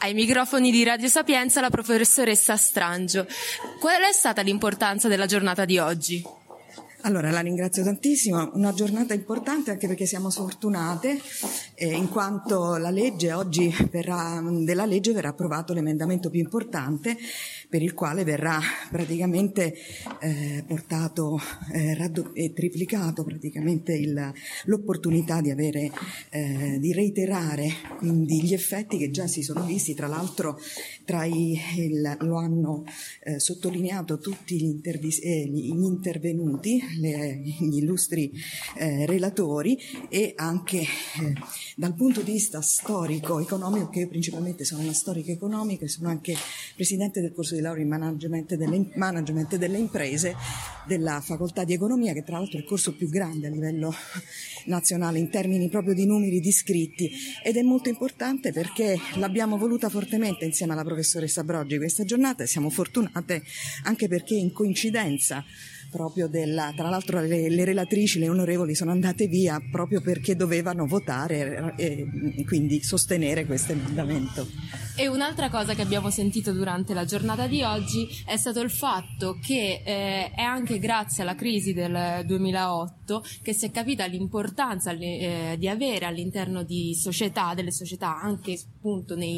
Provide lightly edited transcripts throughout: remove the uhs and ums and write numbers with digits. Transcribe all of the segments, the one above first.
ai microfoni di Radio Sapienza la professoressa Strangio. Qual è stata l'importanza della giornata di oggi? Allora, la ringrazio tantissimo, una giornata importante anche perché siamo sfortunate in quanto la legge oggi della legge verrà approvato l'emendamento più importante per il quale verrà praticamente portato e triplicato praticamente l'opportunità di avere di reiterare quindi gli effetti che già si sono visti, tra l'altro lo hanno sottolineato tutti gli intervenuti, gli illustri relatori, e anche dal punto di vista storico-economico, che io principalmente sono una storica economica e sono anche presidente del corso di laurea in management delle imprese della facoltà di economia, che tra l'altro è il corso più grande a livello nazionale in termini proprio di numeri di iscritti, ed è molto importante perché l'abbiamo voluta fortemente insieme alla professoressa Brogi questa giornata, e siamo fortunate anche perché in coincidenza proprio tra l'altro le relatrici, le onorevoli, sono andate via proprio perché dovevano votare e quindi sostenere questo emendamento. E un'altra cosa che abbiamo sentito durante la giornata di oggi è stato il fatto che è anche grazie alla crisi del 2008 che si è capita l'importanza di avere all'interno delle società, anche appunto nei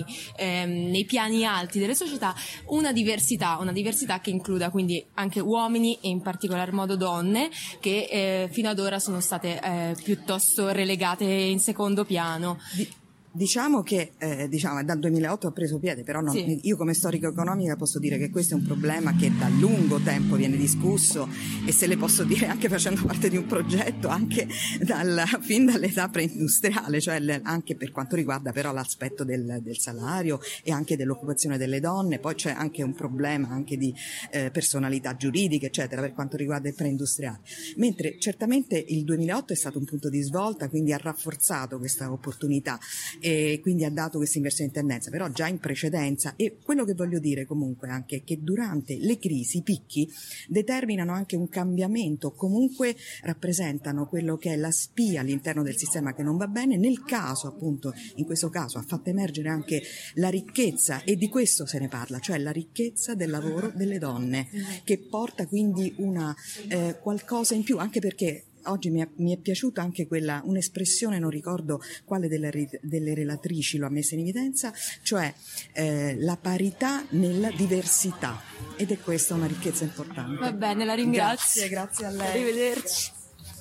piani alti delle società, una diversità che includa quindi anche uomini e in particolar modo donne, che fino ad ora sono state piuttosto relegate in secondo piano. Diciamo che dal 2008 ha preso piede, però sì. Io come storica economica posso dire che questo è un problema che da lungo tempo viene discusso, e se le posso dire anche facendo parte di un progetto anche fin dall'età preindustriale, cioè anche per quanto riguarda però l'aspetto del salario e anche dell'occupazione delle donne. Poi c'è anche un problema anche di personalità giuridica eccetera per quanto riguarda il preindustriale, mentre certamente il 2008 è stato un punto di svolta, quindi ha rafforzato questa opportunità e quindi ha dato questa inversione di tendenza, però già in precedenza. E quello che voglio dire comunque anche è che durante le crisi i picchi determinano anche un cambiamento, comunque rappresentano quello che è la spia all'interno del sistema che non va bene. Nel caso appunto, in questo caso ha fatto emergere anche la ricchezza, e di questo se ne parla, cioè la ricchezza del lavoro delle donne, che porta quindi una qualcosa in più, anche perché oggi mi è piaciuta anche un'espressione, non ricordo quale delle relatrici lo ha messa in evidenza, cioè la parità nella diversità, ed è questa una ricchezza importante. Va bene, la ringrazio. Grazie a lei. Arrivederci.